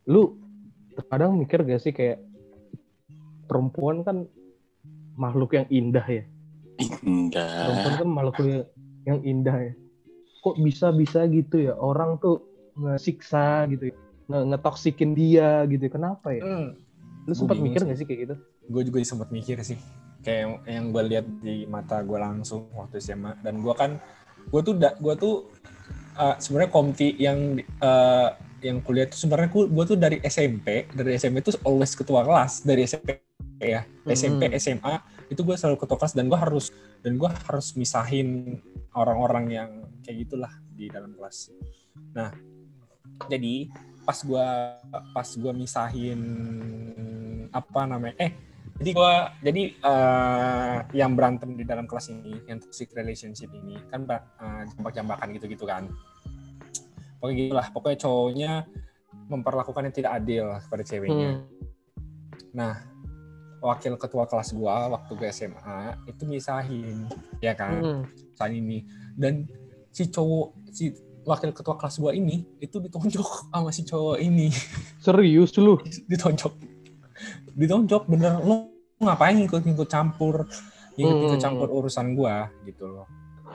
Lu kadang mikir gak sih kayak perempuan kan makhluk yang indah ya. Perempuan Enggak. kan makhluk yang indah ya. Kok bisa-bisa gitu ya orang tuh ngesiksa gitu ya. Ngetoksikin dia gitu ya. Kenapa ya? Lu Gue sempat bingung mikir sih. gak sih kayak gitu? Gue juga sempat mikir sih. Kayak yang gue lihat di mata gue langsung waktu SMA. Dan gue tuh sebenarnya komti yang kuliah tuh sebenarnya gue tuh dari SMP tuh always ketua kelas dari SMP ya. SMP SMA itu gue selalu ketua kelas dan gue harus misahin orang-orang yang kayak gitulah di dalam kelas. Nah, jadi pas gue misahin apa namanya yang berantem di dalam kelas ini, yang toxic relationship ini kan jambak-jambakan gitu-gitu kan. Pokoknya gitulah, pokoknya cowoknya memperlakukan yang tidak adil kepada ceweknya. Nah, wakil ketua kelas gua waktu gue SMA itu misahin, ya kan, saat ini. Dan si wakil ketua kelas gua ini itu ditonjok sama si cowok ini. Serius lu? Ditonjok bener, lu ngapain ikut campur urusan gua gitu loh.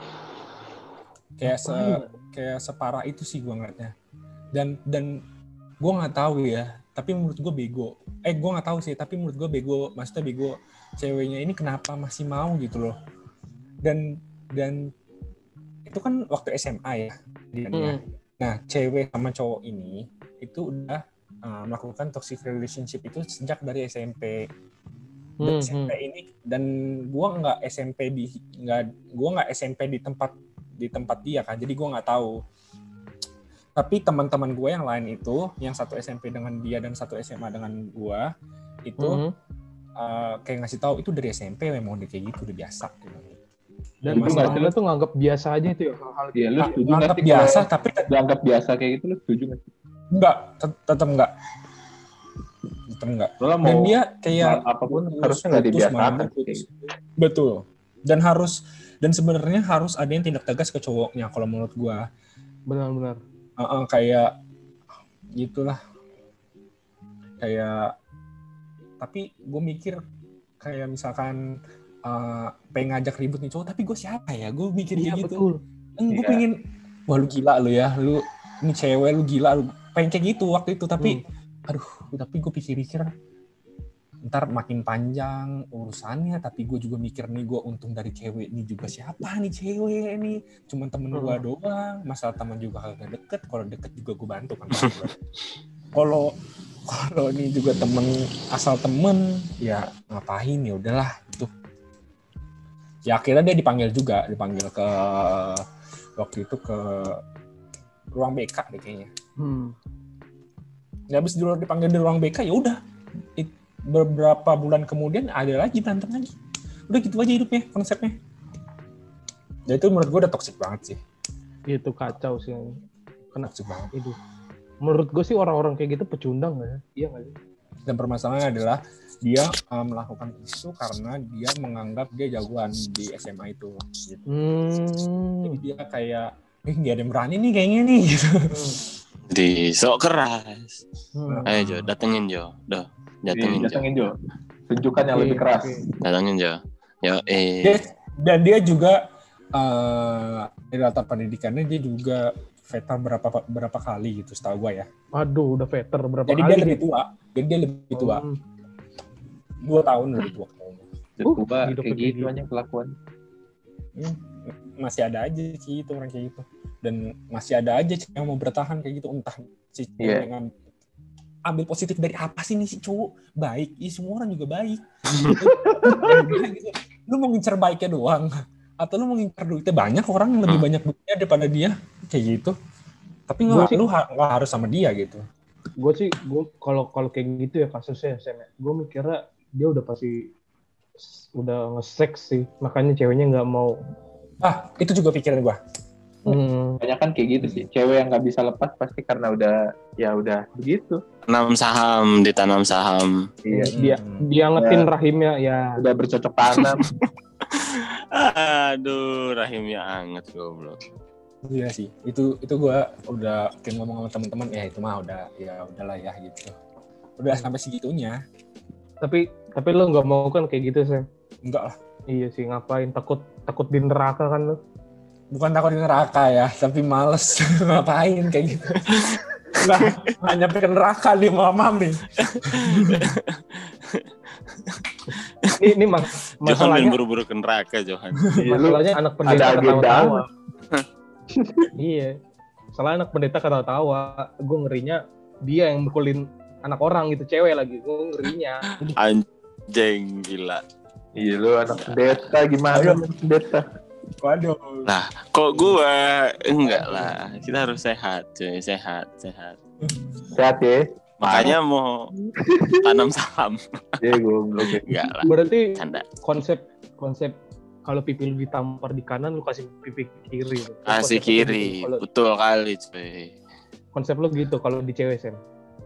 Kayak separah itu sih gua ngeliatnya. Dan gue nggak tahu ya, tapi menurut gue bego. Gue nggak tahu sih, tapi menurut gue bego. Maksudnya bego ceweknya ini kenapa masih mau gitu loh. Dan itu kan waktu SMA ya. Nah, cewek sama cowok ini itu udah melakukan toxic relationship itu sejak dari SMP. Dan SMP ini, dan gue nggak SMP di tempat dia kan, jadi gue nggak tahu. Tapi teman-teman gue yang lain itu, yang satu SMP dengan dia dan satu SMA dengan gue, itu kayak ngasih tahu itu dari SMP memang udah kayak gitu, udah biasa. Dan teman-teman tuh nganggap biasa aja itu ya hal-hal gitu. Iya, lu setuju nggak sih? Biasa, tapi dianggap biasa kayak gitu, lu setuju nggak sih? Enggak, tetap enggak. Dan dia kayak apapun harusnya nggak dibiasakan. Betul. Dan sebenarnya harus ada yang tindak tegas ke cowoknya kalau menurut gue. Benar-benar. Kayak gitulah, kayak tapi gue mikir kayak misalkan pengen ngajak ribut nih cowok, tapi gue siapa ya, gue mikir kayak gitu. Gue pengen, wah lu gila lu ya, lu ini cewek lu gila, lu pengen kayak gitu waktu itu, tapi tapi gue pikir-pikir ntar makin panjang urusannya, tapi gue juga mikir nih, gue untung dari cewek ini juga, siapa nih cewek nih, cuman temen gue doang, masalah teman juga kagak deket, kalau deket juga gue bantu kan. Kalau ini juga asal temen ya ngapain, ya udahlah gitu. Ya akhirnya dia dipanggil ke waktu itu ke ruang BK deh kayaknya. Ya habis dulu dipanggil di ruang BK, ya udah beberapa bulan kemudian ada lagi berantem lagi. Udah gitu aja hidupnya, konsepnya. Ya itu menurut gue udah toksik banget sih. Itu kacau sih. Kena toksik banget. Itu. Menurut gue sih orang-orang kayak gitu pecundang nggak ya? Iya nggak sih? Dan permasalahannya adalah dia melakukan itu karena dia menganggap dia jagoan di SMA itu. Gitu. Jadi dia kayak, nggak ada yang berani nih kayaknya nih. Gitu. Di sok keras. Ayo Jo, datengin Jo. Datengin Jo. Tunjukkan yang lebih keras. Datengin Jo. Dan dia juga di latar pendidikannya dia juga veter berapa kali gitu setahu gue ya. Aduh, udah veter berapa kali? Jadi dia lebih tua. 2 tahun lebih tua kayaknya. Tua kayak gitu aja kelakuan. Masih ada aja sih itu orang kayak gitu. Dan masih ada aja yang mau bertahan kayak gitu, entah si cewek dengan ambil positif dari apa sih nih si cowok baik, semua orang juga baik. Gitu. Lu mau ngincer baiknya doang, atau lu mau ngincer duitnya, banyak orang yang lebih banyak duitnya daripada dia kayak gitu. Tapi lu nggak harus sama dia gitu. Gue kalau kayak gitu ya kasusnya, gue mikirnya dia udah pasti udah nge-sex sih, makanya ceweknya nggak mau. Itu juga pikiran gue. Banyak kan kayak gitu sih, cewek yang nggak bisa lepas pasti karena udah begitu. Ditanam saham. Iya. Dia ngetin rahimnya ya. Udah bercocok tanam. Aduh, rahimnya anget goblok. Iya sih, itu gue udah kayak ngomong sama teman-teman, ya itu mah udah ya udahlah ya gitu. Udah sampai segitunya. Tapi lo nggak mau kan kayak gitu Sam? Enggak lah. Iya sih, ngapain, takut di neraka kan lo? Bukan takut di neraka ya, tapi males ngapain kayak gitu. Nggak nyampe ke neraka nih mamam nih. Ini Johan masalahnya buru-buru ke neraka Johan. masalahnya anak pendeta ada agenda. ketawa-tawa. Iya. Salah anak pendeta ketawa-tawa. Gue ngerinya dia yang mukulin anak orang gitu, cewek lagi. Gue ngerinya. Anjing gila. Iya lu anak pendeta gimana anak pendeta? Waduh. Nah, kok gua enggak lah. Kita harus sehat, cuy. Sehat. Sehat ya. Makanya mau tanam saham. Iya goblok. Enggak lah. Berarti Canda. konsep kalau pipi lu ditampar di kanan, lu kasih pipi kiri. Kasih Konsep kiri. lu gitu. Kalau Betul kali, cuy. konsep lu gitu kalau di cewek Sam.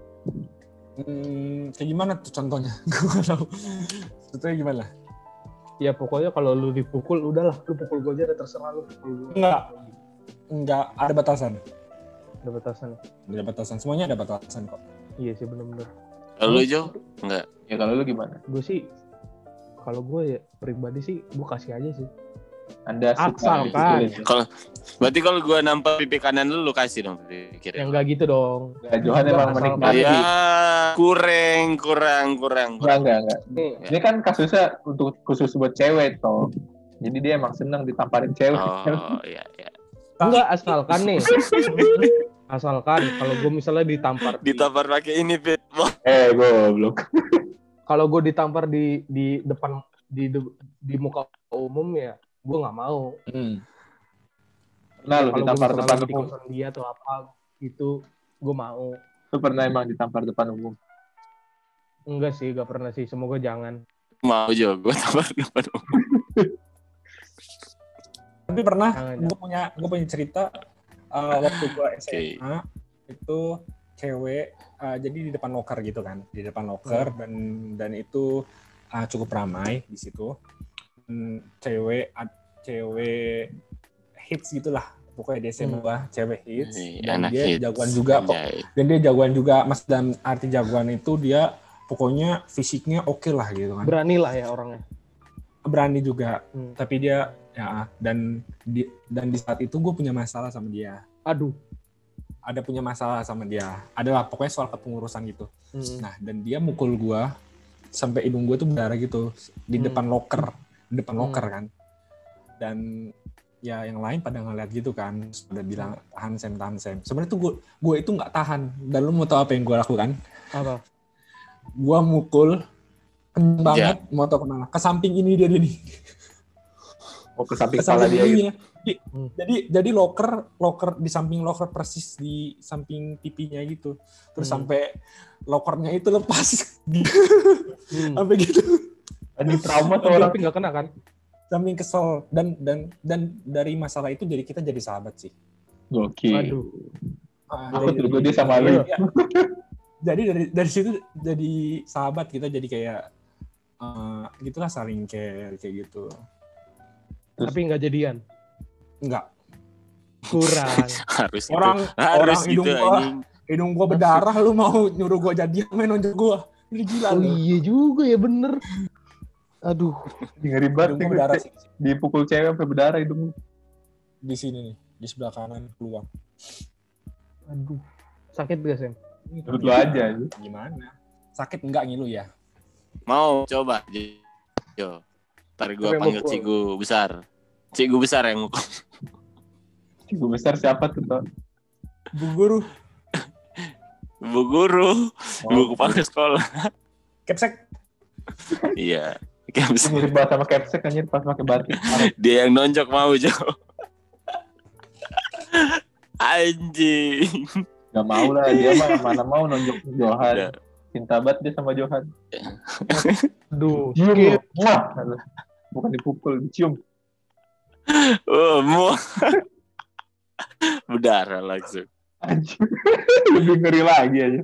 Kayak gimana tuh contohnya? Gue nggak tahu. Contohnya gimana? Ya pokoknya kalau lu dipukul, udahlah, lu pukul gue aja, terserah lu pukul gue. Enggak ada batasan. Ada batasan. Ada batasan. Semuanya ada batasan kok. Iya sih, bener-bener. Kalau lu Jo? Enggak. Ya kalau lu gimana? Gue sih, kalau gue ya pribadi sih, gue kasih aja sih. Anda Aksal, kan? Berarti kalau gua nampar pipi kanan lu kasih dong pipi kiri. Yang enggak gitu dong. Ya, Johan emang Asal menikmati. Ya, kurang. Enggak. Ini kan kasusnya untuk khusus buat cewek toh. Jadi dia emang seneng ditamparin cewek. Oh, iya. Enggak, asalkan nih. Asalkan kalau gue misalnya ditampar Ditampar pakai ini, Fit. Goblok. kalau gue ditampar di depan di muka umum ya gue nggak mau. Nah, lu Kalau ditampar gue depan misalnya di umum. kosan dia atau apa gitu, gue mau. Lu pernah emang ditampar depan umum? Enggak sih, gak pernah sih, semoga jangan. Mau Jo, gua tampar depan umum. Tapi pernah Jangan. gue punya cerita waktu gue SMA itu cewek jadi di depan loker gitu kan, di depan loker dan itu cukup ramai di situ. Cewek hits gitulah, pokoknya di SMA cewek hits dan dia hits. jagoan juga kok. Dan dia jagoan juga, mas, dan arti jagoan itu dia pokoknya fisiknya oke lah gitu kan. Berani lah ya orangnya. Berani juga, tapi dia ya dan di saat itu gue punya masalah sama dia. Ada punya masalah sama dia. Adalah pokoknya soal kepengurusan gitu. Nah, dan dia mukul gue sampai hidung gue tuh berdarah gitu di depan loker kan. Dan ya yang lain pada ngeliat gitu kan, pada bilang tahan Sam. Sebenarnya tuh gue itu nggak tahan. Dan lu mau tahu apa yang gue lakukan? Apa? Gue mukul kenceng banget, mau tau kemana? Ke samping ini dia nih. Oh, ke samping kepala dia gitu. Jadi loker di samping loker persis di samping pipinya gitu. Terus sampai lokernya itu lepas. Sampai gitu. Di trauma tuh orang. Tapi nggak kena kan? Samping kesel dan dari masalah itu jadi kita jadi sahabat sih. Gokil. Aku Jadi tuh dia sama lu. Jadi dari situ jadi sahabat, kita jadi kayak gitulah, saling care kayak gitu. Tapi nggak jadian. Enggak. Kurang. Harus Hidung gitu, hidung gua berdarah, lu mau nyuruh gua jadian main nonjok gua. Ini gila. Iya juga ya, bener. Aduh. Ngeri banget Hidung gua berdarah sih. dipukul cewek sampai berdarah hidung. Di sini nih, di sebelah kanan keluar. Aduh. Sakit gak, Sam? Menurut lu aja. Gimana? Sakit enggak ngilu ya? Mau coba Jo. Ntar gue panggil Cigu besar yang mukul. Cigu besar siapa tuh? Bu Guru. Bu kepala sekolah. Kepsek. Iya. Mirip banget sama Kepsek anjir pas pakai batik. Dia yang nonjok mau Jo. Anjing. Gak mau lah, dia mana mau nonjok Johan. Cinta banget dia sama Johan. Aduh. Cium. Wah. Bukan dipukul, dicium. Muah. Berdarah langsung. Anjir. Lebih ngeri lagi aja.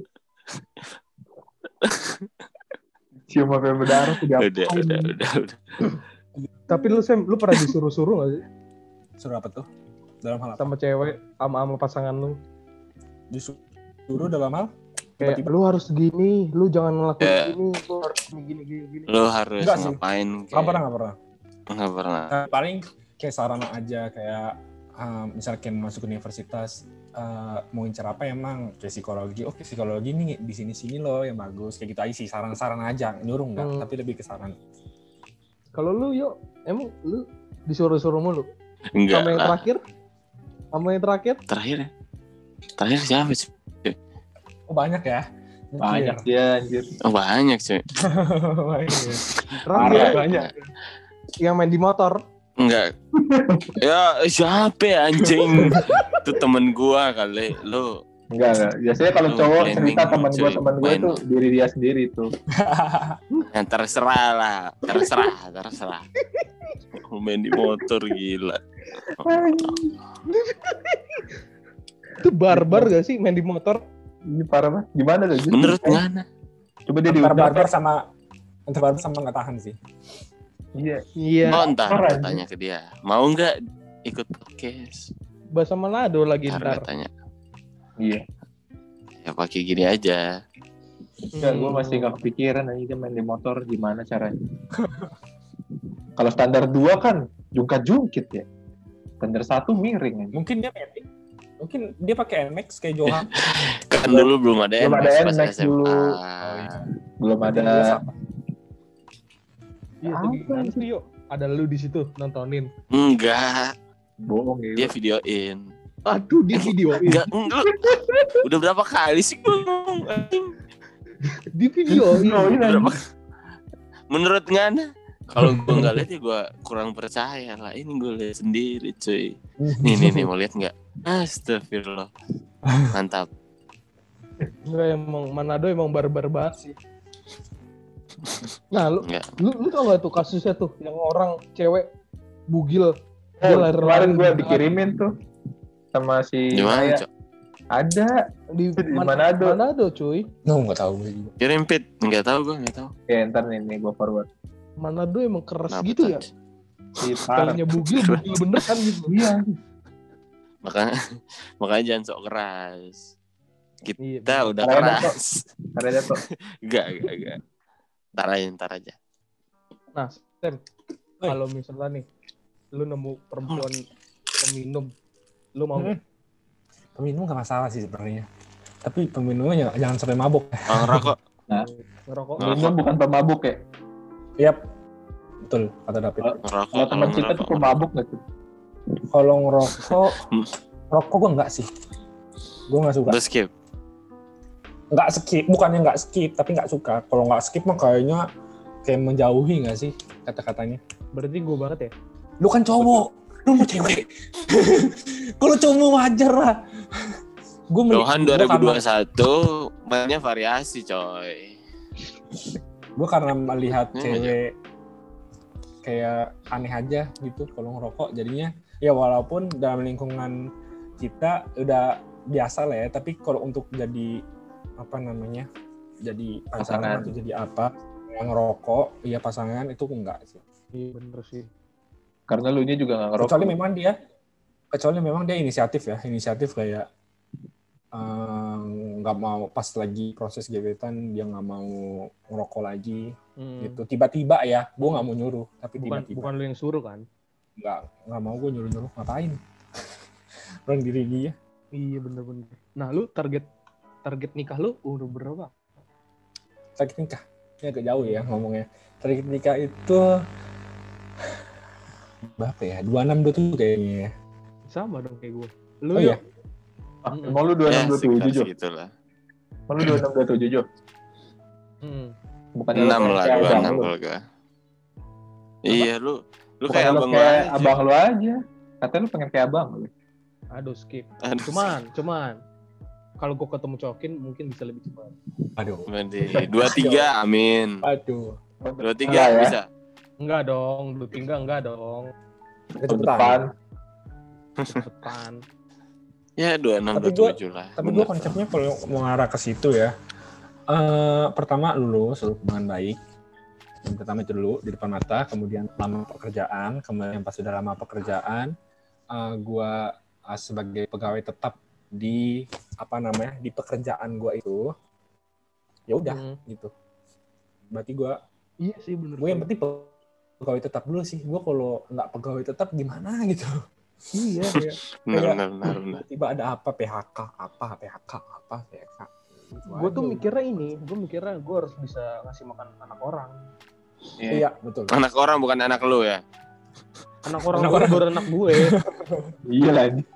Cium sampai berdarah tidak. Udah. Tapi lu Sam, lu pernah disuruh-suruh gak sih? Suruh apa tuh? Dalam hal apa? sama cewek, sama pasangan lu. Disuruh dalam hal? Kayak Tiba-tiba. lu harus gini, lu jangan ngelakuin gini, lu harus gini. Lu harus Enggak sih. ngapain? Nggak pernah. Nggak pernah. Paling kayak saran aja kayak misalnya kayak masuk universitas mau ngincer apa emang kayak psikologi. Oke, psikologi nih di sini loh yang bagus. Kayak gitu aja sih, saran-saran aja. Nyuruh enggak, tapi lebih ke saran. Kalau lu yuk, emang lu disuruh-suruh mulu? Enggak Sama yang lah. terakhir? Terakhir siapa sih? Oh, banyak ya? Banyak dia anjir. Oh, banyak cuy. Terakhir Banyak. yang main di motor. Enggak. Ya siapa ya, anjing? Itu temen gua kali. Lu Enggak. Biasanya kalau Lu cowok blaming, cerita teman cuy. gue Main. tuh diri dia sendiri tuh. yang terserah lah. Terserah. Main di motor gila. Itu barbar gak sih main di motor? Ini parah banget. Gimana tuh? Menurut Ngana? Coba dia Antar diundang. barbar sama nggak tahan sih. Iya. Iya. Oh, entar Keren. tanya ke dia. Mau nggak ikut podcast? Bahasa Manado lagi Ntar ntar. tanya. Iya. Ya pakai gini aja. Enggak, gue masih nggak kepikiran aja dia main di motor gimana caranya. Kalau standar 2 kan jungkat-jungkit ya. Standar 1 miring aja. Mungkin dia pakai NMAX kayak Johan. Kan dulu belum ada Belum ada NMAX pas NMAX SMA. dulu. Belum ada. Iya, Apa tuh gimana tuh yuk? Ada lu di situ nontonin. Enggak, Bohong ya. dia videoin. Aduh, di videoin. Enggak. Udah berapa kali sih gue ngomong? Di videoin. Berapa? Menurut Ngana, kalau gue nggak lihat ya gue kurang percaya lah. Ini gue lihat sendiri, cuy. Nih, mau lihat nggak? Astagfirullah. Mantap. Enggak, emang Manado emang barbar banget sih. Nah, Enggak. lu tau gak tuh kasusnya tuh yang orang cewek bugil. Dia Oh, lari-lari kemarin gue di dikirimin tuh sama si Gimana, Maya. Cok? Ada di di Manado. Manado, cuy. Nggak tahu gue juga. Kirim pit. Nggak tahu. Ya ntar nih gue forward. Manado emang keras Kenapa, gitu Cok? ya. Si parah. Kayaknya bugil bener kan gitu. Iya. Makanya jangan sok keras. Iya, Kita udah Karena keras. Ada tuh. Enggak. Ntar aja. Nah, Sam, kalau misalnya nih lu nemu perempuan peminum, lu mau nggak? Peminum nggak masalah sih sebenarnya. Tapi peminumnya jangan sampai mabuk. Ngerokok. ngerokok? Minum bukan pemabuk ya. Yap. Betul kata David. Ngerokok. Kalau teman kita tuh pemabuk nggak tuh? Kalau ngerokok, rokok gue nggak sih. Gue nggak suka. Udah skip. Nggak skip, bukannya nggak skip, tapi nggak suka. Kalau nggak skip mah kayaknya kayak menjauhi nggak sih kata-katanya. Berarti gue banget ya? Lu kan cowok, lu mau cewek. Kalau cowok wajar lah. Johan 2021 mainnya variasi, coy. Gue karena melihat Hmm, cewek kayak aneh aja gitu kalau ngerokok, jadinya ya walaupun dalam lingkungan kita udah biasa lah ya, tapi kalau untuk jadi apa namanya, jadi pasangan atau jadi apa yang ngerokok, ya pasangan itu enggak sih. Iya bener sih. Karena lu nya juga nggak ngerokok. Kecuali memang dia inisiatif kayak nggak mau pas lagi proses gebetan dia nggak mau ngerokok lagi gitu, tiba-tiba ya, gue nggak mau nyuruh, tapi tiba-tiba. Bukan lu yang suruh kan? Nggak mau gue nyuruh ngapain. Orang diri dia. Iya bener. Nah lu target nikah lu udah berapa? Target nikah ini agak jauh ya ngomongnya. Target nikah itu berapa ya, 26-27 kayaknya ya. Sama dong kayak gue. Lu Oh iya. Mau lu 26-27 Jo? Gitu lah. Mau lu 26-27 Jo? Bukannya 6 lu lah, kayak 26 abang lu. kalau gak. Iya, lu Bukan kayak lu abang kayak aja. abang lu aja. Katanya lu pengen kayak abang lu. Aduh skip. Aduh, Cuman kalau gue ketemu cokin mungkin bisa lebih cepat. Aduh. 23, amin. Aduh. 23 Enggak ya. bisa. Enggak dong, lu tinggal enggak dong. Depan. Depan. Ya 26, Tapi gua- 27 lah. Tapi Bener. gue konsepnya kalau mau ngarah ke situ ya, pertama lulus hubungan baik. Yang pertama itu dulu di depan mata, kemudian lama pekerjaan, kemudian pas sudah lama pekerjaan, gue sebagai pegawai tetap di di pekerjaan gue itu, ya udah gitu. Berarti gue Iya sih bener. Gue yang penting pegawai tetap dulu sih. Gue kalau nggak pegawai tetap gimana gitu. Iya. Benar. Tiba ada apa PHK. Gitu Gue tuh mikirnya gue harus bisa ngasih makan anak orang. Iya, betul. Anak orang bukan anak lu ya? Anak orang baru anak gue. Iya lah ini.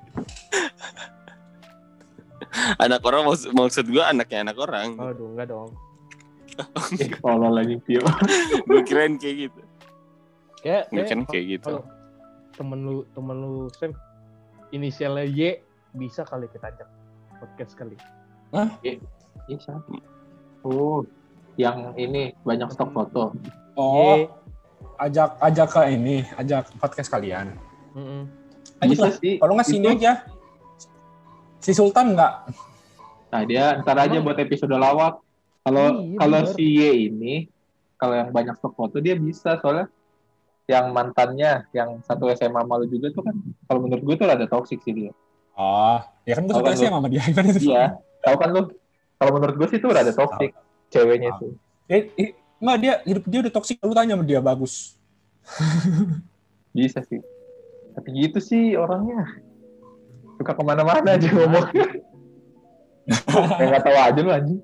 Anak orang maksud gue anaknya anak orang. Aduh, enggak dong. Tolol lagi Tio. Gue kirain kayak gitu. Kayak gitu. Halo, temen lu Sam, inisialnya Y, bisa kali kita ajak podcast kali. Hah? Bisa. Oh, yang ini banyak stok foto. Oh, ajak ke ini, ajak podcast kalian. Bisa sih. Kalau nggak sini aja. Si Sultan nggak? Nah dia ntar aja buat episode lawak. Kalau si Y ini, kalau yang banyak stok foto dia bisa, soalnya yang mantannya yang satu SMA malu juga tuh kan, kalau menurut gue tuh ada toksik sih dia. Oh, ya kan gue satu SMA sama dia. Iya, tahu kan lu? Kalau menurut gue sih tuh ada toksik ceweknya itu. Enggak, hidup dia udah toksik, lu tanya sama dia bagus. Bisa sih. Tapi gitu sih orangnya. Suka kemana-mana aja ngomongnya. Kayak nggak tahu aja lu anjing.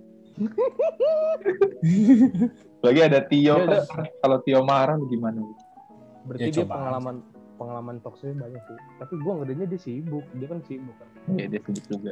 Lagi ada Tio kan. Kalau Tio marah gimana? Berarti dia pengalaman toksiknya banyak sih. Tapi gue ngedenya dia sibuk. Dia kan sibuk kan. Iya, dia sibuk juga.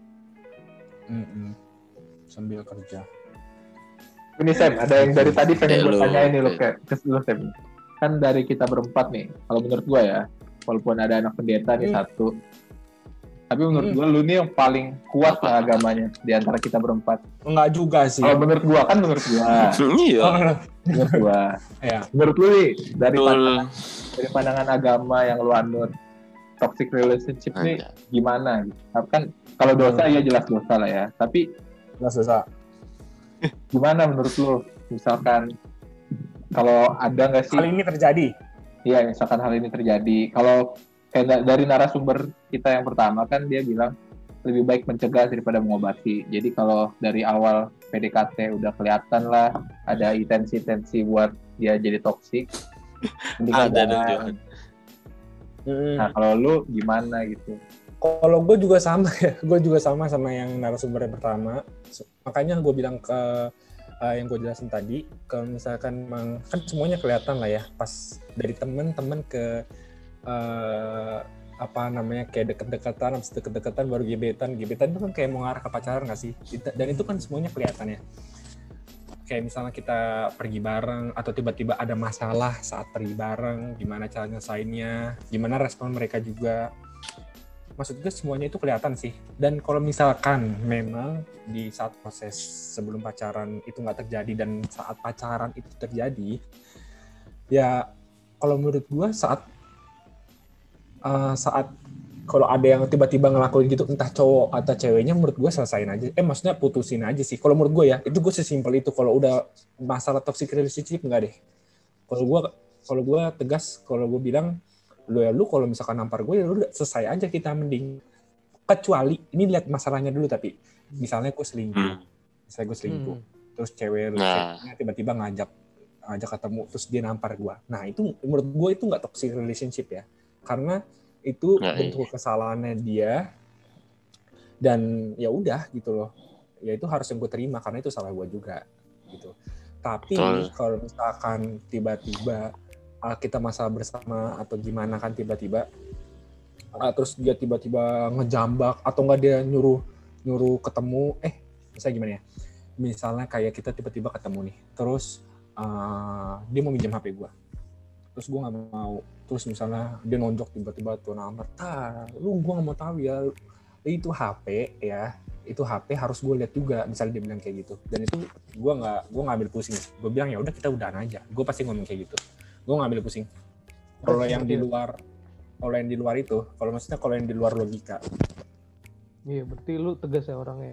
Sambil kerja. Ini Sam, ada yang dari tadi pengen gue tanyain nih lo ke lu Sam. Kan dari kita berempat nih, kalau menurut gue ya, walaupun ada anak pendeta nih satu, tapi menurut gue lu nih yang paling kuat lah agamanya di antara kita berempat. Enggak juga sih. Kalau menurut gue. Iya. Menurut gue. Ya. Menurut lu nih dari pandangan agama yang lu anut, toxic relationship nih gimana? Kan kalau dosa ya jelas dosa lah ya. Tapi jelas dosa. Gimana menurut lu? Misalkan kalau ada nggak sih? Hal ini terjadi. Iya, misalkan hal ini terjadi. Kalau kayak dari narasumber kita yang pertama kan dia bilang lebih baik mencegah daripada mengobati. Jadi kalau dari awal PDKT udah kelihatan lah ada intensi buat dia jadi toksik. Ada. Nah kalau lu gimana gitu? Kalau gue juga sama ya. Gue juga sama yang narasumber yang pertama. Makanya gue bilang ke yang gue jelasin tadi, kalau misalkan memang kan semuanya kelihatan lah ya, pas dari teman-teman ke kayak deket-deketan, habis deket-deketan baru gebetan itu kan kayak mau ngarah ke pacaran nggak sih? Dan itu kan semuanya kelihatan ya. Kayak misalnya kita pergi bareng atau tiba-tiba ada masalah saat pergi bareng, gimana cara nyelesainnya, gimana respon mereka juga. Maksud gue semuanya itu kelihatan sih. Dan kalau misalkan memang di saat proses sebelum pacaran itu nggak terjadi dan saat pacaran itu terjadi, ya kalau menurut gue saat kalau ada yang tiba-tiba ngelakuin gitu, entah cowok atau ceweknya, menurut gue selesain aja. Maksudnya putusin aja sih. Kalau menurut gue ya, itu gue sesimpel itu. Kalau udah masalah toxic relationship enggak deh. Kalau gue tegas, kalau gue bilang lu kalau misalkan nampar gue ya lu selesai aja kita mending. Kecuali ini lihat masalahnya dulu, tapi misalnya gue selingkuh, terus cewek tiba-tiba ngajak ketemu terus dia nampar gue. Nah itu menurut gue itu nggak toxic relationship ya, karena itu bentuk kesalahannya dia dan ya udah gitu loh. Ya itu harus yang gue terima karena itu salah gue juga gitu. Tapi kalau misalkan tiba-tiba kita masalah bersama atau gimana kan tiba-tiba terus dia tiba-tiba ngejambak atau enggak dia nyuruh ketemu misalnya gimana ya, misalnya kayak kita tiba-tiba ketemu nih terus dia mau minjem HP gue terus gue nggak mau, terus misalnya dia nonjok tiba-tiba tuh nomor gue nggak mau tahu ya itu HP ya, itu HP harus gue lihat juga, misalnya dia bilang kayak gitu. Dan itu gue nggak ambil pusing, gue bilang ya udah kita udahan aja, gue pasti ngomong kayak gitu, gue nggak ambil pusing. Kalau yang di luar itu, kalau maksudnya kalau yang di luar logika. Iya, berarti lu tegas ya orangnya.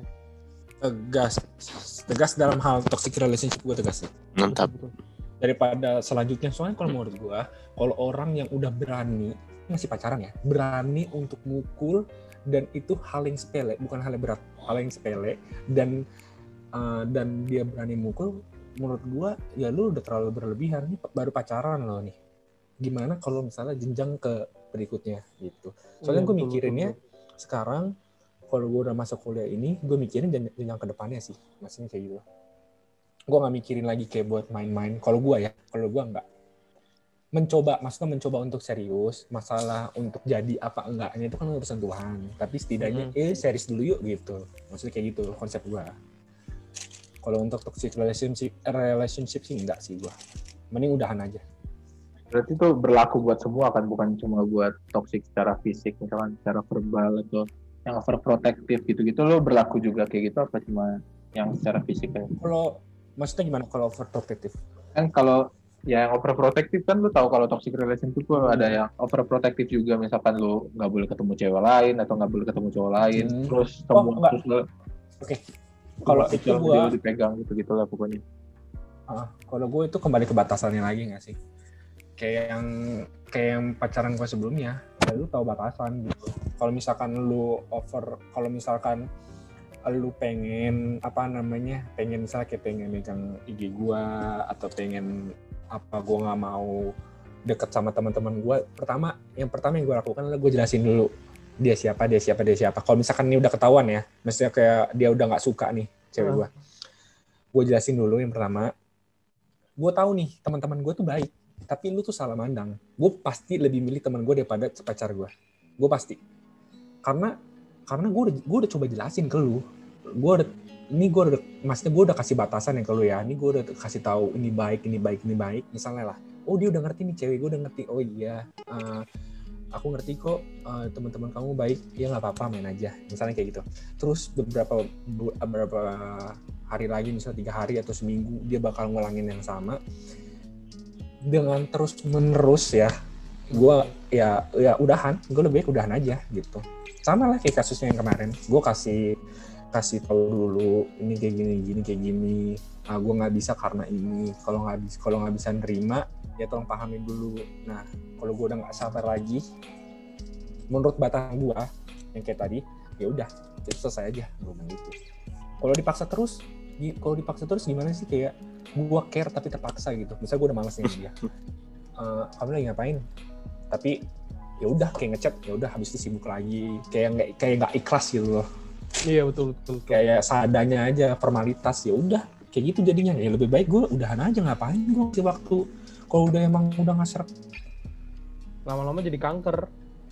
Tegas dalam hal toxic relationship, gue tegas. Mantap. Daripada selanjutnya, soalnya kalau menurut gue, kalau orang yang udah berani masih pacaran ya, berani untuk mukul, dan itu hal yang sepele, bukan hal yang berat, hal yang sepele, dan dia berani mukul, menurut gua ya lu udah terlalu berlebihan, nih baru pacaran lo nih. Gimana kalau misalnya jenjang ke berikutnya gitu. Soalnya gue mikirinnya sekarang kalau gue udah masuk kuliah ini, gue mikirin jenjang ke depannya sih, maksudnya kayak gitu. Gue nggak mikirin lagi kayak buat main-main. Kalau gue nggak maksudnya mencoba untuk serius. Masalah untuk jadi apa enggaknya itu kan urusan Tuhan. Tapi setidaknya serius dulu yuk gitu. Maksudnya kayak gitu konsep gue. Kalau untuk toxic relationship sih enggak sih gue. Mending udahan aja. Berarti itu berlaku buat semua kan, bukan cuma buat toxic secara fisik, misalkan secara verbal atau yang overprotective gitu-gitu, lo berlaku juga kayak gitu apa cuma yang secara fisik aja? Kalau maksudnya gimana kalau overprotective? Kan kalau yang overprotective kan lo tahu kalau toxic relationship itu ada yang overprotective juga, misalkan lo nggak boleh ketemu cewek lain atau nggak boleh ketemu cowok lain, terus terus lo kalau itu gua dipegang gitu lah pokoknya. Kalau gue itu kembali ke batasannya lagi nggak sih? Kayak yang pacaran gue sebelumnya, ya lu tahu batasan gitu. Kalau misalkan lu pengen misalnya kayak pengen megang IG gue atau pengen gue nggak mau deket sama teman-teman gue, yang pertama yang gue lakukan adalah gue jelasin dulu dia siapa. Kalau misalkan ini udah ketahuan ya, maksudnya kayak dia udah nggak suka nih cewek gue jelasin dulu yang pertama. Gue tahu nih teman-teman gue tuh baik, tapi lu tuh salah mandang. Gue pasti lebih milih teman gue daripada pacar gue. Gue pasti. Karena gue udah coba jelasin ke lu. Maksudnya gue udah kasih batasan yang ke lu ya. Ini gue udah kasih tahu ini baik. Misalnya lah, oh dia udah ngerti nih cewek, gue udah ngerti. Oh iya, aku ngerti kok teman-teman kamu baik. Ya nggak apa-apa, main aja. Misalnya kayak gitu. Terus beberapa hari lagi, misalnya 3 hari atau seminggu, dia bakal ngulangin yang sama. Dengan terus menerus ya, gue ya udahan, gue lebih baik udahan aja gitu. Sama lah kayak kasusnya yang kemarin, gue kasih tahu dulu ini kayak gini, gue nggak bisa karena ini, kalau nggak bisa nerima ya tolong pahamin dulu. Nah kalau gue udah nggak sabar lagi, menurut batasan gue yang kayak tadi, ya udah itu selesai aja, gue bilang gitu. Kalau dipaksa terus gimana sih, kayak gue care tapi terpaksa gitu. Misalnya gue udah males nih dia, kamu lagi ngapain? Tapi ya udah kayak ngechat, ya udah habis itu sibuk lagi, kayak nggak ikhlas gitu loh. Iya betul. Kayak seadanya aja, formalitas, ya udah kayak gitu jadinya. Ya lebih baik gue udahan aja, ngapain gue kasih waktu kalau udah nggak seret. Lama-lama jadi kanker.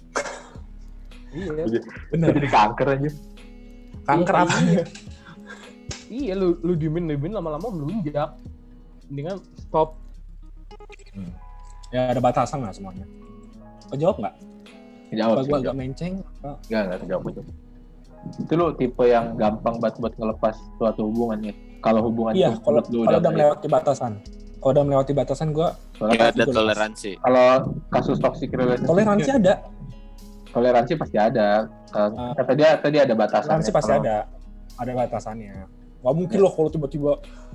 Iya. Bener. Jadi kanker aja. Kanker apa? Iya, lu diemin lama-lama melunjak. Mendingan stop. Ya ada batasan lah semuanya. Kau jawab nggak? Jawab. Gue agak menceng. Nggak jawab aja. Itu lu tipe yang gampang banget buat ngelepas suatu hubungan ya. Kalau hubungan itu kalau udah melewati batasan. Kalau udah melewati batasan gue ada toleransi. Kalau kasus toxic relationship toleransi pasti ada. Tadi ada batasannya. Toleransi pasti ada batasannya. Gak mungkin loh kalau tiba-tiba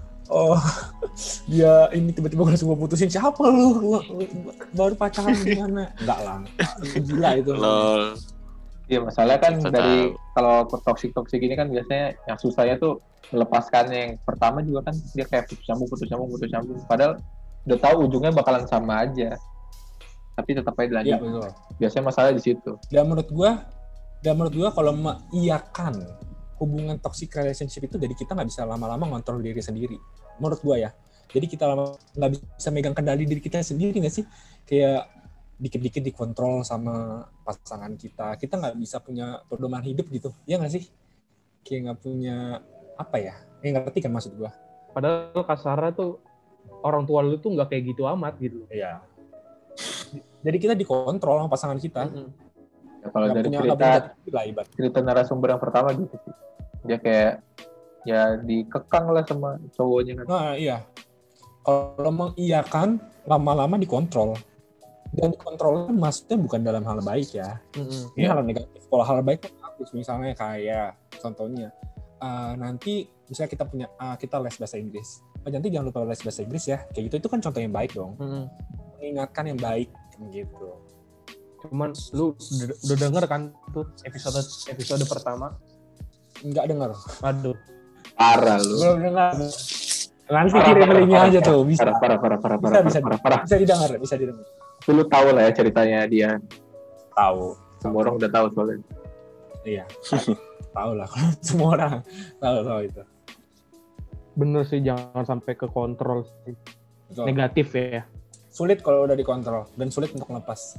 dia ini tiba-tiba langsung gue putusin, siapa lu baru pacaran gimana? Enggak lah, gila itu. Iya, masalahnya kan dari kalau toxic ini kan biasanya yang susahnya tuh melepaskannya. Yang pertama juga kan dia kayak putus nyambung. Padahal udah tahu ujungnya bakalan sama aja, tapi tetap aja dilanjut. Iya, biasanya masalah di situ. Dan menurut gua kalau mengiyakan hubungan toxic relationship itu, jadi kita nggak bisa lama-lama ngontrol diri sendiri. Menurut gua ya. Jadi kita nggak bisa megang kendali diri kita sendiri nggak sih? Kayak dikit-dikit dikontrol sama pasangan kita. Kita nggak bisa punya pedoman hidup gitu. Iya nggak sih? Kayak nggak punya apa ya? Ngerti kan maksud gua? Padahal kasarnya tuh orang tua lu tuh nggak kayak gitu amat gitu. Iya. Jadi kita dikontrol sama pasangan kita. Ya, kalau dari cerita narasumber yang pertama gitu sih. Dia kayak ya dikekang lah sama cowoknya kan. Nah iya. Kalau mengiyakan lama-lama dikontrol. Dan kontrolnya maksudnya bukan dalam hal baik ya. Ini hal negatif. Kalau hal baik kan bagus, misalnya kayak contohnya nanti misalnya kita les bahasa Inggris. Nanti jangan lupa les bahasa Inggris ya. Kayak gitu, itu kan contoh yang baik dong. Mengingatkan yang baik gitu. Cuman lu udah denger kan tuh episode pertama? Enggak dengar. Aduh. Parah lu. Belum dengar. Nanti kirim linknya aja tuh. Bisa. Bisa didengar. Lu tahu lah ya ceritanya dia. Tahu. Semua orang udah tahu soalnya. Iya. Tahu lah. Semua orang tahu itu. Bener sih, jangan sampai ke kontrol sih. Betul. Negatif ya. Sulit kalau udah dikontrol dan sulit untuk lepas.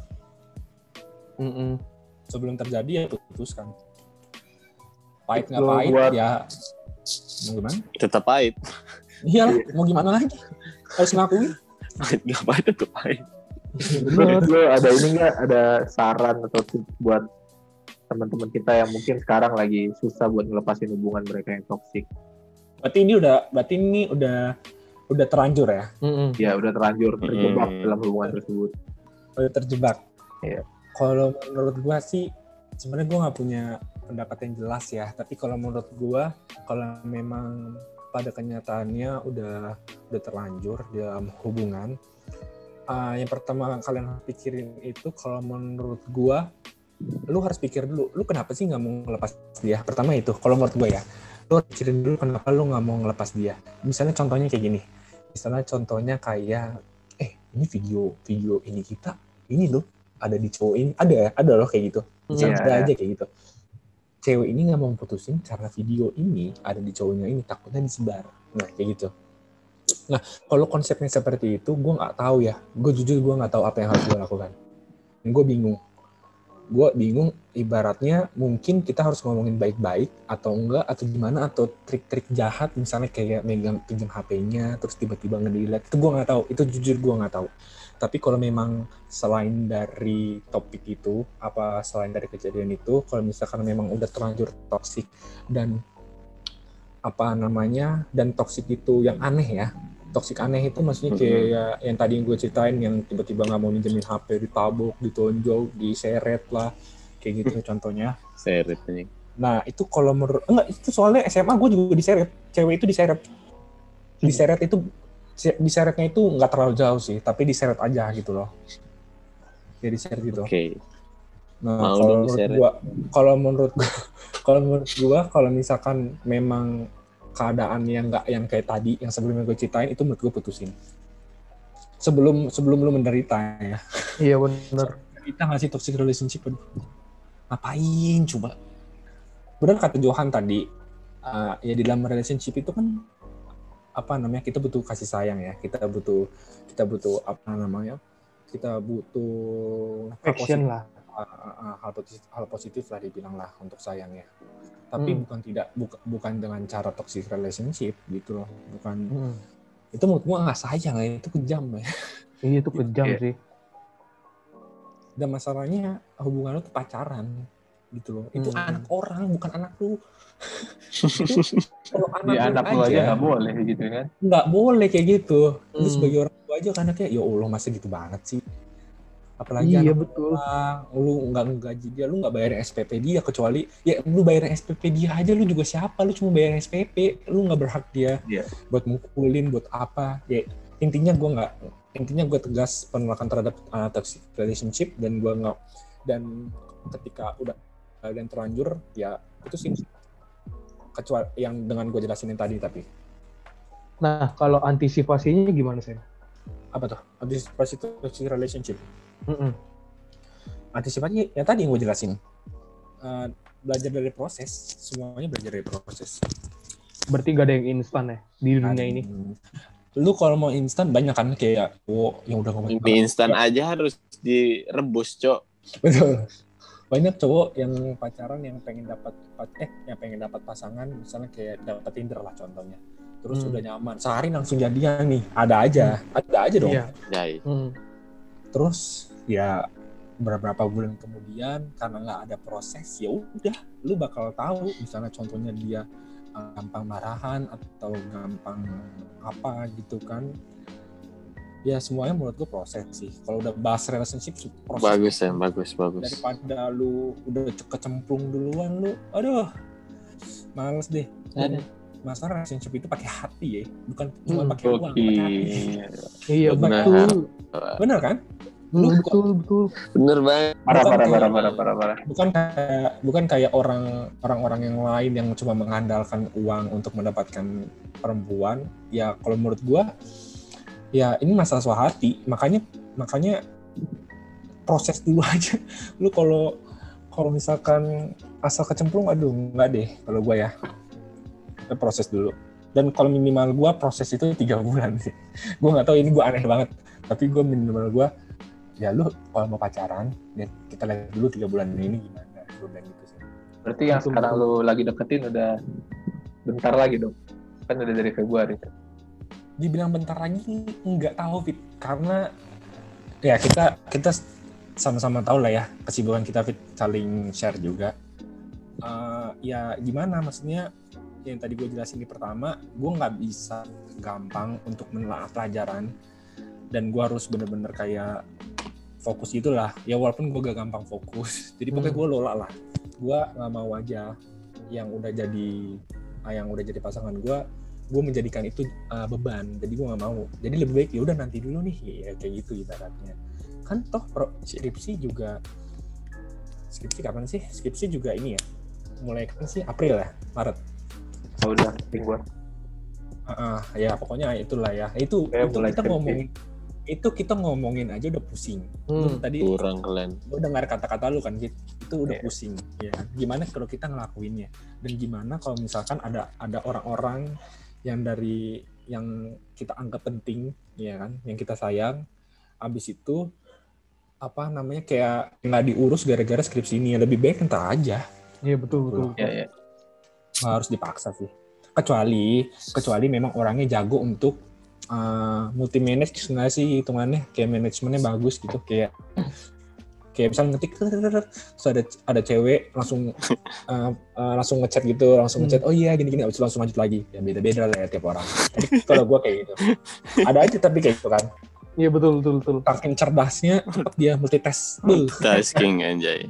Sebelum terjadi ya putuskan. Pahit nggak pahit ya mau gimana? Tetap pahit. Iya, mau gimana lagi? Harus ngakuin. Pahit nggak pahit tetap pahit. Lu ada ini nggak, ada saran atau tips buat teman-teman kita yang mungkin sekarang lagi susah buat ngelepasin hubungan mereka yang toksik? Berarti ini udah terlanjur ya? Ya udah terlanjur terjebak dalam hubungan tersebut. Udah terjebak. Iya. Kalau menurut gua sih sebenarnya gua nggak punya pendapat yang jelas ya. Tapi kalau menurut gua, kalau memang pada kenyataannya udah terlanjur dalam hubungan, yang pertama kalian harus pikirin itu, kalau menurut gua, lu harus pikir dulu, lu kenapa sih nggak mau ngelepas dia? Pertama itu, kalau menurut gua ya, lu pikirin dulu kenapa lu nggak mau ngelepas dia. Misalnya contohnya kayak gini, ini video ini kita, ini loh ada di cowok ini, ada loh kayak gitu. Misalnya ada aja kayak gitu. Cewek ini nggak mau putusin karena video ini ada di cowoknya ini, takutnya disebar. Nah kayak gitu. Nah kalau konsepnya seperti itu, gue nggak tahu ya. Gue jujur gue nggak tahu apa yang harus gue lakukan. Gue bingung. Ibaratnya mungkin kita harus ngomongin baik-baik atau enggak, atau gimana, atau trik-trik jahat misalnya kayak pinjam HP-nya terus tiba-tiba nge-delete. Itu gue nggak tahu. Itu jujur gue nggak tahu. Tapi kalau memang selain dari topik itu, selain dari kejadian itu, kalau misalkan memang udah terlanjur toksik dan dan toksik itu yang aneh ya. Toksik aneh itu maksudnya kayak yang tadi gue ceritain, yang tiba-tiba nggak mau minjemin HP, ditabok, ditonjol, diseret lah, kayak gitu contohnya. Seret nih. Nah itu kalau menurut itu soalnya SMA gue juga diseret, cewek itu diseret itu. Diseretnya itu nggak terlalu jauh sih, tapi diseret aja gitu loh. Ya diseret gitu. Oke. Nah, kalau menurut gua, kalau misalkan memang keadaannya nggak yang kayak tadi, yang sebelumnya gue ceritain, itu menurut gue putusin. Sebelum lu menderita ya. Iya benar. Kita ngasih toxic relationship, ngapain coba? Benar kata Johan tadi, ya di dalam relationship itu kan kita butuh kasih sayang ya, kita butuh action lah, hal positif lah dibilang lah untuk sayang ya. Tapi bukan dengan cara toxic relationship gitu loh, bukan. Itu menurut gua nggak sayang ya, itu kejam ya. Iya itu kejam sih. Dan masalahnya hubungan lu tuh pacaran gitu loh. Itu anak orang, bukan anak lu. Kalau anak lu aja nggak boleh gitu kan? Nggak boleh kayak gitu. Lu sebagai orang tua aja kan anaknya, ya Allah masa gitu banget sih. Apalagi betul. Lu nggak ngegaji dia, lu nggak bayarin SPP dia, kecuali ya lu bayarin SPP dia aja, lu juga siapa? Lu cuma bayarin SPP, lu nggak berhak dia buat mukulin, buat apa? Ya intinya gue tegas penolakan terhadap toxic relationship, dan ketika udah dan terlanjur ya itu sih, kecuali yang dengan gue jelasin yang tadi. Tapi nah kalau antisipasinya gimana sih? Apa tuh antisipasi toxic relationship? Antisipasi ya tadi yang gue jelasin, belajar dari proses, semuanya belajar dari proses. Berarti gak ada yang instan ya di dunia ini? Lu kalau mau instan banyak kan kayak yang udah ngomong instan aja harus direbus, Cok. Betul. Banyak cowok yang pacaran yang pengen dapat pasangan, misalnya kayak dapat Tinder lah contohnya. Terus udah nyaman, sehari langsung jadian nih. Ada aja dong. Iya. Terus ya beberapa bulan kemudian karena nggak ada proses, ya udah lu bakal tahu misalnya contohnya dia gampang marahan atau gampang apa gitu kan. Ya semuanya menurut gue proses sih. Kalau udah bahas relationship proses. Bagus. Daripada lu udah kecemplung duluan lu, aduh males deh. Masalah relationship itu pakai hati ya, bukan cuma pakai uang, pakai hati. Iya betul. Benar kan? Betul. Bener banget. Parah. Bukan kayak orang-orang yang lain yang cuma mengandalkan uang untuk mendapatkan perempuan. Ya kalau menurut gua ya ini masalah soal hati. Makanya proses dulu aja. Lu kalau misalkan asal kecemplung, aduh enggak deh kalau gua ya. Kita proses dulu. Dan kalau minimal gua proses itu 3 bulan sih. Gua nggak tahu ini gua aneh banget. Tapi gua minimal gua ya lu kalau mau pacaran ya kita lihat dulu 3 bulan ini gimana, gue bilang gitu sih. Berarti yang sekarang lu lagi deketin udah bentar lagi dong, kan udah dari Februari. Dibilang bentar lagi nggak tahu Fit, karena ya kita sama-sama tahu lah ya kesibukan kita Fit, saling share juga. Ya gimana maksudnya yang tadi gue jelasin di pertama, gue nggak bisa gampang untuk menelaah pelajaran dan gue harus bener-bener kayak fokus gitulah ya, walaupun gue gak gampang fokus, jadi pokoknya gue lola lah, gue nggak mau aja yang udah jadi pasangan gue menjadikan itu beban, jadi gue nggak mau, jadi lebih baik ya udah nanti dulu nih ya kayak gitu ibaratnya kan. Toh skripsi kapan sih? Skripsi juga ini ya mulai kan sih April ya, Maret. Oh udah gue ya pokoknya itulah ya, itu kita ngomongin itu kita ngomongin aja udah pusing. Tadi kurang keren. Gue dengar kata-kata lu kan gitu, itu udah pusing ya. Gimana kalau kita ngelakuinnya? Dan gimana kalau misalkan ada orang-orang yang kita anggap penting ya kan, yang kita sayang, abis itu kayak nggak diurus gara-gara skripsi ini, ya lebih baik entar aja. Iya betul. Iya. Nggak harus dipaksa sih. Kecuali memang orangnya jago untuk multi manage nggak sih hitungannya, kayak manajemennya bagus gitu, kayak misalnya ngetik terus ada cewek langsung ngechat gitu, ngechat oh iya gini abis langsung lanjut lagi, ya beda-beda lah ya tiap orang. Jadi kalau gue kayak gitu ada aja tapi kayak gitu kan. Iya betul. Saking cerdasnya dia multitask. Tasking anjay.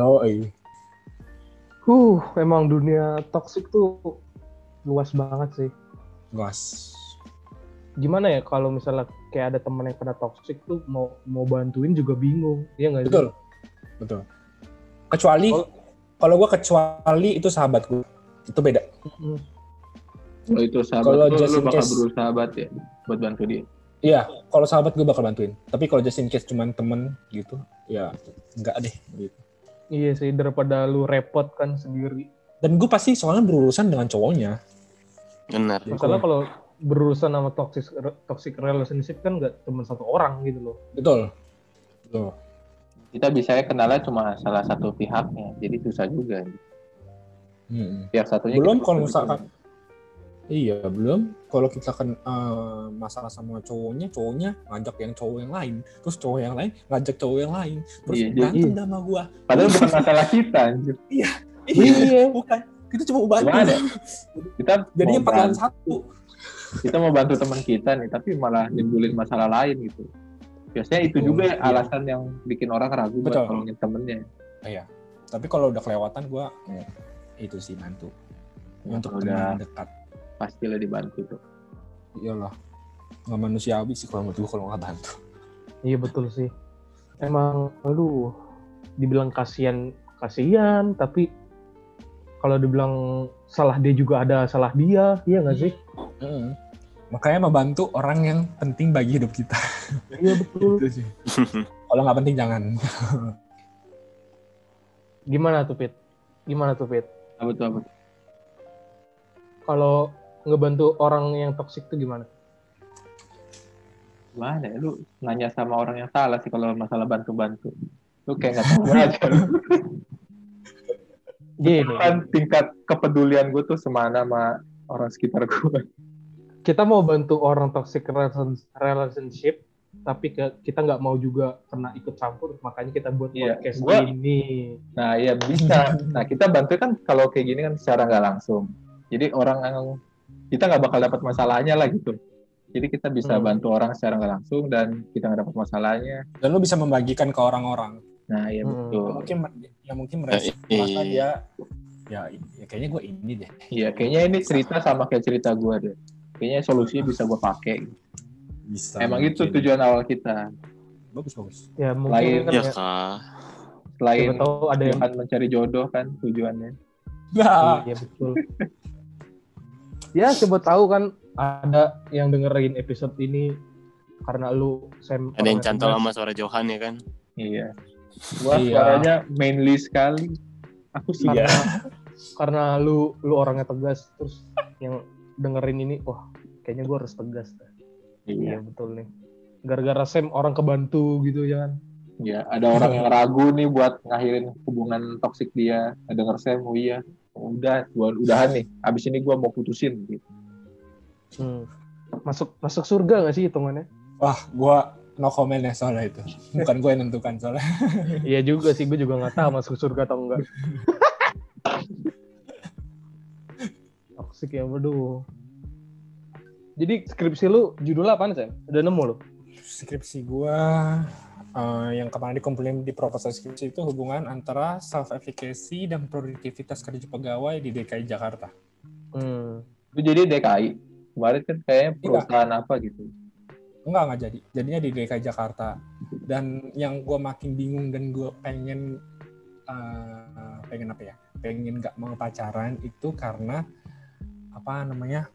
Emang dunia toksik tuh luas banget sih. Luas. Gimana ya kalau misalnya kayak ada teman yang kena toksik tuh mau bantuin juga bingung, iya nggak sih? Betul. Kecuali itu sahabat gue, itu beda. Kalau itu sahabat lu bakal berusaha ya buat bantu dia. Iya, kalau sahabat gue bakal bantuin. Tapi kalau just in case cuman temen gitu, ya enggak deh gitu. Iya sih, daripada lu repot kan sendiri. Dan gue pasti soalnya berurusan dengan cowoknya. Benar. Masalah kalau berurusan sama toxic relationship kan nggak cuma satu orang gitu loh. Betul. Kita biasanya kenalnya cuma salah satu pihaknya, jadi susah juga. Pihak satunya belum kalau misalkan kalau kita kan masalah sama cowoknya ngajak yang cowok yang lain, terus cowok yang lain ngajak cowok yang lain, terus berantem sama gua. Padahal bukan masalah kita, anjir. Iya, bukan. Kita cuma bantu. Kita jadinya 4 lawan 1. Kita mau bantu teman kita nih, tapi malah nimbulin masalah lain gitu. Biasanya itu juga alasan yang bikin orang ragu buat tolongin temennya. Iya. Tapi kalau udah kelewatan, gue itu sih bantu. Untuk teman dekat. Pastilah dibantu tuh. Iyalah. Nggak manusiawi sih kalau menurut gue kalau nggak bantu. Iya betul sih. Emang, dibilang kasihan, tapi kalau dibilang salah dia juga ada salah dia, iya nggak sih? Makanya membantu orang yang penting bagi hidup kita. Iya betul. Kalau nggak penting jangan. Gimana tuh Pit? Apa? Kalau ngebantu orang yang toksik tuh gimana? Gimana ya? Lu nanya sama orang yang salah sih kalau masalah bantu-bantu. Lu kayak nggak tahu aja. Gini. Kan tingkat kepedulian gue tuh semana sama orang sekitar gue. Kita mau bantu orang toxic relationship, tapi kita nggak mau juga kena ikut campur, makanya kita buat podcast ini. Nah iya bisa. Nah kita bantu kan kalau kayak gini kan secara nggak langsung. Jadi orang yang kita nggak bakal dapat masalahnya lah gitu. Jadi kita bisa bantu orang secara nggak langsung dan kita nggak dapat masalahnya. Dan lu bisa membagikan ke orang-orang. Nah iya betul. Mungkin merasa dia ya kayaknya gue ini deh. Iya kayaknya ini cerita sama kayak cerita gue deh. Kayaknya solusinya bisa gue pakai. Bisa. Emang itu tujuan awal kita. Bagus. Ya mungkin Lain, kan Ya ya, kah? Selain siapa tahu ada yang Tuhan mencari jodoh kan tujuannya. Nah, iya betul. Ya siapa tahu kan ada yang dengerin episode ini karena lu Sam Ada yang orangnya cantol tegas. sama suara Johan ya kan? Iya. Wah, Iya. suaranya manly sekali. Aku sih Iya. Karena lu orangnya tegas, terus yang dengerin ini, wah kayaknya gue harus tegas. Iya betul nih. Gara-gara Sam orang kebantu gitu ya kan. Ya, ada orang yang ragu nih buat ngakhirin hubungan toksik dia. Denger Sam, oh iya, udahan nih. Abis ini gue mau putusin. Gitu. Masuk surga nggak sih hitungannya? wah, gue no comment ya soalnya itu. Bukan gue yang nentukan soalnya. Iya juga sih, gue juga nggak tahu masuk surga atau enggak. Toksik ya, waduh. Jadi skripsi lu judulnya apaan, Sam? Udah nemu lu? Skripsi gue yang kemarin dikumpulin di proposal skripsi itu hubungan antara self-efficacy dan produktivitas kerja pegawai di DKI Jakarta. Itu jadi DKI. Kemarin kan kayaknya perusahaan apa gitu. Enggak jadi. Jadinya di DKI Jakarta. Dan yang gue makin bingung dan gue pengen apa ya? Pengen nggak mau pacaran itu karena apa namanya?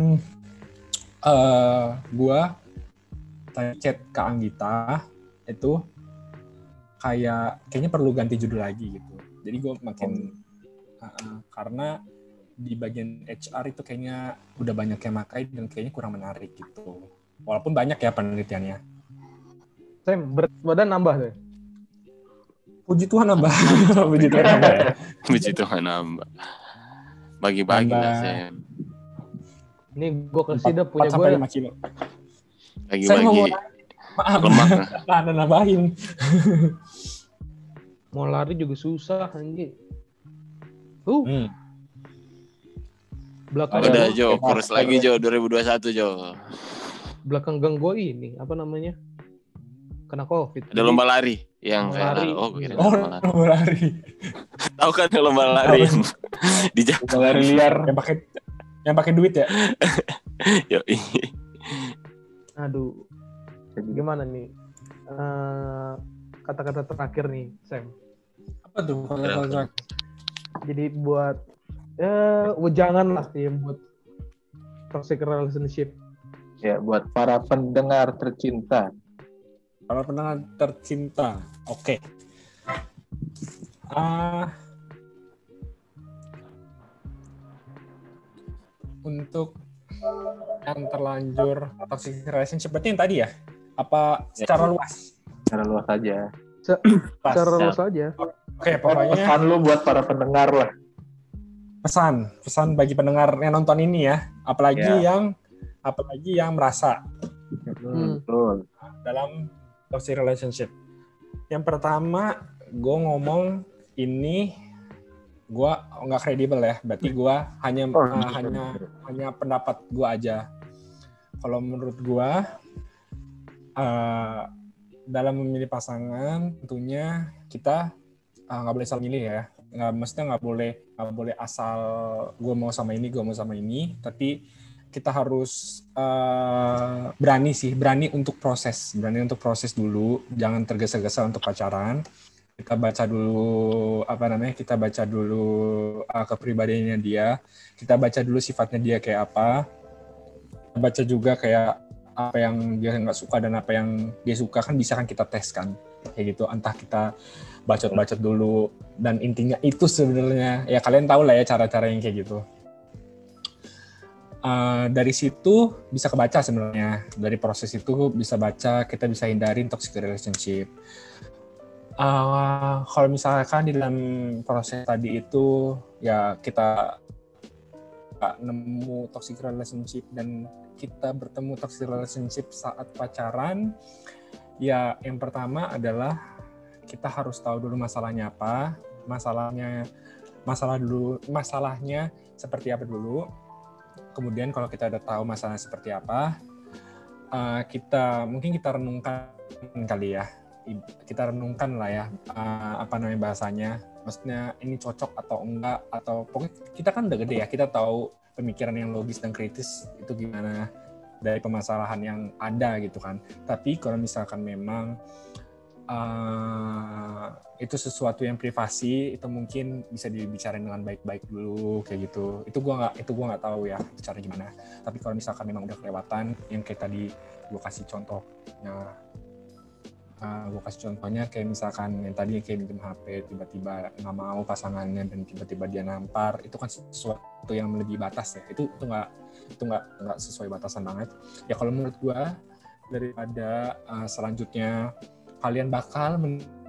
Gue chat ke Anggita itu kayaknya perlu ganti judul lagi gitu. Jadi gue makin karena di bagian HR itu kayaknya udah banyak yang pakai dan kayaknya kurang menarik gitu. Walaupun banyak ya penelitiannya. Sam, berat badan nambah deh. Puji Tuhan nambah. Puji Tuhan nambah ya. Puji Tuhan nambah. Bagi-bagi lah Sam. Ini gue kasih dah punya 4 sampai gue. 5 kilo. Bagi-bagi Saya mau maaf. lemak. Ada nambahin. Mau lari juga susah anjing. Belakang Udah gua- Jo, kurus lagi Jo 2021 Jo. belakang gang gue ini apa namanya? Kena COVID. Ada lomba lari yang Lomba lari. kayak gue kira Oh, lomba lari. mau lari. Tahu kan lomba lari yang di Lari liar. Yang pakai duit ya? Yo, Aduh. Gimana nih? Kata-kata terakhir nih, Sam. Apa tuh? Kalau Jadi buat jangan lah ya buat toxic relationship. Ya, buat para pendengar tercinta. Para pendengar tercinta. Oke. Untuk yang terlanjur toxic relationship berarti yang tadi ya? Apa secara luas? Secara luas aja. Secara Ya. luas aja. Oke, pokoknya Pesan lu buat para pendengar lah. pesan bagi pendengar yang nonton ini ya, apalagi yang merasa Betul. dalam toxic relationship. Yang pertama, gue ngomong ini gue nggak kredibel ya, berarti gue hanya pendapat gue aja. Kalau menurut gue dalam memilih pasangan tentunya kita nggak boleh salah milih ya. Maksudnya nggak boleh asal gue mau sama ini, tapi kita harus berani untuk proses dulu, jangan tergesa-gesa untuk pacaran. Kita baca dulu kepribadiannya dia, kita baca dulu sifatnya dia kayak apa, kita baca juga kayak apa yang dia nggak suka dan apa yang dia suka, kan bisa kan kita tes kan kayak gitu, entah kita bacot dulu, dan intinya itu sebenarnya ya kalian tahu lah ya cara-cara yang kayak gitu. Dari situ bisa kebaca sebenarnya, dari proses itu bisa baca, kita bisa hindarin toxic relationship. Kalau misalkan di dalam proses tadi itu ya kita nemu toxic relationship dan kita bertemu toxic relationship saat pacaran, ya yang pertama adalah kita harus tahu dulu masalahnya apa, masalahnya seperti apa dulu. Kemudian kalau kita udah tahu masalahnya seperti apa, kita renungkan kali ya. Kita renungkan lah ya, bahasanya. Maksudnya ini cocok atau enggak, atau pokoknya kita kan udah gede ya, kita tahu pemikiran yang logis dan kritis itu gimana. dari permasalahan yang ada gitu kan. Tapi kalau misalkan memang itu sesuatu yang privasi, itu mungkin bisa dibicarain dengan baik-baik dulu kayak gitu. Itu gua nggak tahu ya cara gimana. Tapi kalau misalkan memang udah kelewatan, yang kayak tadi gua kasih contohnya. Gue kasih contohnya kayak misalkan yang tadi kayak minjem HP tiba-tiba nggak mau pasangannya dan tiba-tiba dia nampar, itu kan sesuatu yang melebihi batas ya. Itu nggak sesuai batasan banget ya kalau menurut gue. Daripada selanjutnya kalian bakal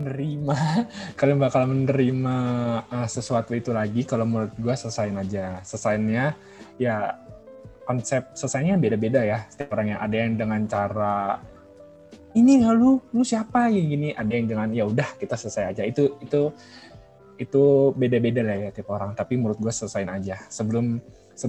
menerima sesuatu itu lagi, kalau menurut gue selesain aja. Selesainya ya konsep selesainya beda-beda ya setiap orangnya. Ada yang dengan cara ini lu siapa ya gini, ada yang dengan ya udah kita selesai aja. Itu beda-beda lah ya tiap orang, tapi menurut gue selesain aja sebelum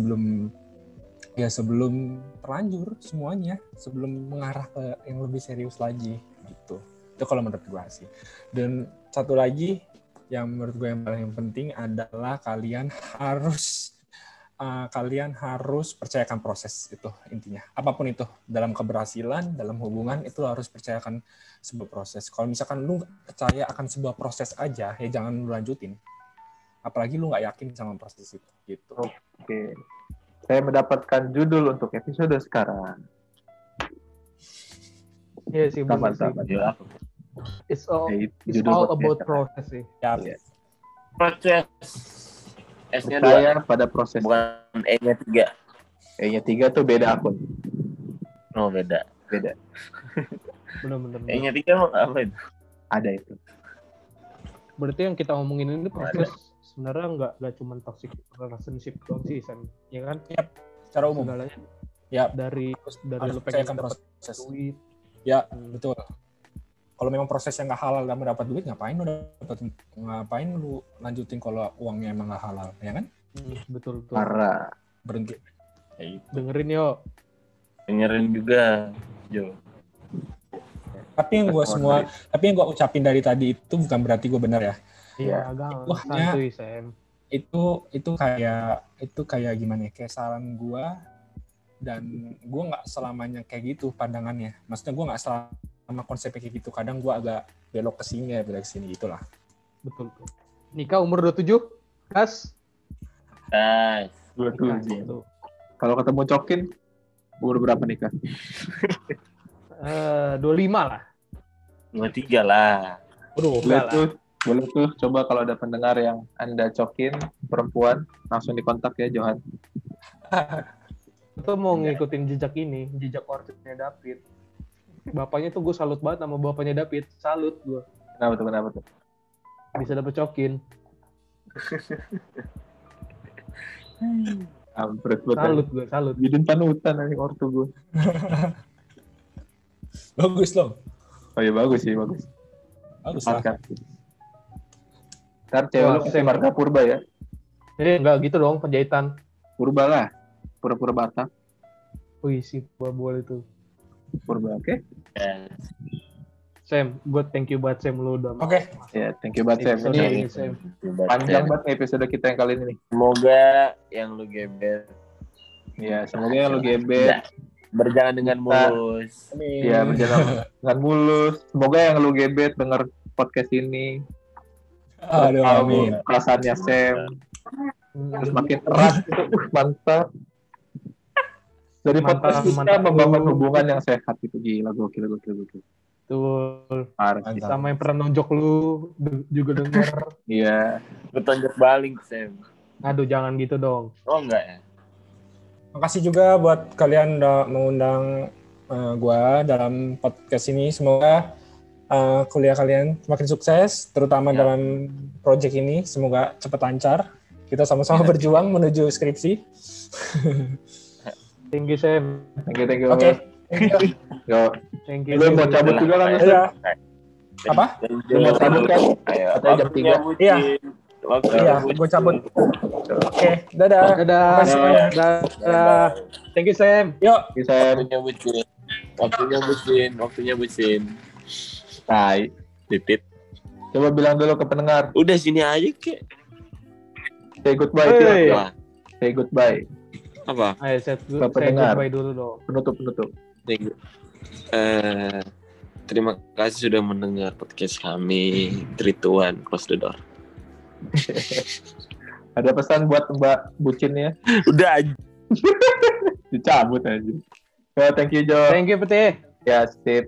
terlanjur semuanya, sebelum mengarah ke yang lebih serius lagi gitu. Itu kalau menurut gue sih. Dan satu lagi yang menurut gue yang paling penting adalah kalian harus percayakan proses, itu intinya. Apapun itu, dalam keberhasilan, dalam hubungan, itu harus percayakan sebuah proses. Kalau misalkan lu percaya akan sebuah proses aja, ya jangan lu lanjutin. Apalagi lu nggak yakin sama proses itu. Gitu. Oke. Saya mendapatkan judul untuk episode sekarang. Iya sih, benar sih. It's all about proses sih. Ya. Proses. S-nya 2. Percaya pada proses. Bukan E-nya 3. E-nya 3 tuh beda akun. Oh, beda. Benar-benar. E-nya 3 mau apa itu? Ada itu. Berarti yang kita ngomongin ini proses sebenarnya nggak cuma toxic relationship doang sih, Sam. Ya kan? Yap. Secara umum. Segalanya. Ya. Dari harus lu pengen percayakan dapat proses. duit. Ya, betul. Kalau memang prosesnya nggak halal kamu dapat duit, ngapain lu lanjutin kalau uangnya emang nggak halal, ya kan? Betul. Parah. Berhenti. Dengerin yo. Dengerin juga, Jo. Tapi yang gue ucapin dari tadi itu bukan berarti gue benar ya. Iya, agak santuy, Sam. Itu kayak gimana ya? Kayak saran gue, dan gue nggak selamanya kayak gitu pandangannya. Maksudnya gue nggak sama konsepnya kayak gitu. Kadang gue agak belok ke sini ya, belok ke sini gitulah. Betul. Nikah umur 27, Kas? 27. Kalau ketemu Cokin, umur berapa nikah? 25 lah. 23 lah. Boleh tuh. Coba kalau ada pendengar yang Anda Cokin, perempuan, langsung dikontak ya, Johan. Itu mau ngikutin jejak orangnya David. Bapaknya tuh gue salut banget sama bapaknya David. Salut gue. Kenapa tuh? Bisa dapet Cokin. Salut. Bidin panutan nih ortu gue. Bagus loh. Oh iya bagus sih. Bagus lah. Ntar cewek lu kasih marga Purba ya. Jadi enggak gitu dong, penjahitan. Purba lah. Pura-pura Batak. Wih, si boleh itu. Purba, oke? Sam, gue thank you banget Sam, lu udah. Oke. Ya, thank you banget Sam. Ini Sam. Panjang banget episode kita yang kali ini nih. Semoga yang lu gebet. Ya, semoga yang lu gebet berjalan dengan mulus. Amin. Ya, berjalan dengan mulus. Semoga yang lu gebet denger podcast ini. Aduh, amin. Perasaannya Sam. Terus makin erat itu, mantap. Dari podcast kita membangun hubungan yang sehat itu, gila, gokil. Betul. Parah sih. Sama yang pernah nonjok lu juga denger. Iya. Bertonjok balik, Sam. Aduh, jangan gitu dong. Oh, enggak ya? Makasih juga buat kalian udah mengundang gua dalam podcast ini. Semoga kuliah kalian semakin sukses, terutama dalam project ini. Semoga cepat lancar. Kita sama-sama berjuang menuju skripsi. Thank you, Sam. Thank you. Oke. Yo. Thank you. Lu mau cabut juga kan? Iya. Apa? Lu mau cabut kan? Katanya jam 3. Iya. Iya, gue cabut. Oke, dadah. Dadah. Semuanya. Dadah. Thank you, Sam. Yuk. Bisa Waktunya bucin. tai. Titit. Coba bilang dulu ke pendengar. Udah sini aja, Kek. Say goodbye. Hey. Say goodbye. Apa? Ayo saya pendengar. goodbye dulu dong. Penutup. Terima kasih sudah mendengar podcast kami. 3, 2, 1, close the door. Ada pesan buat Mbak bucinnya? Udah aja. Dicabut aja. Thank you Jo. Thank you Pete. Ya, sip.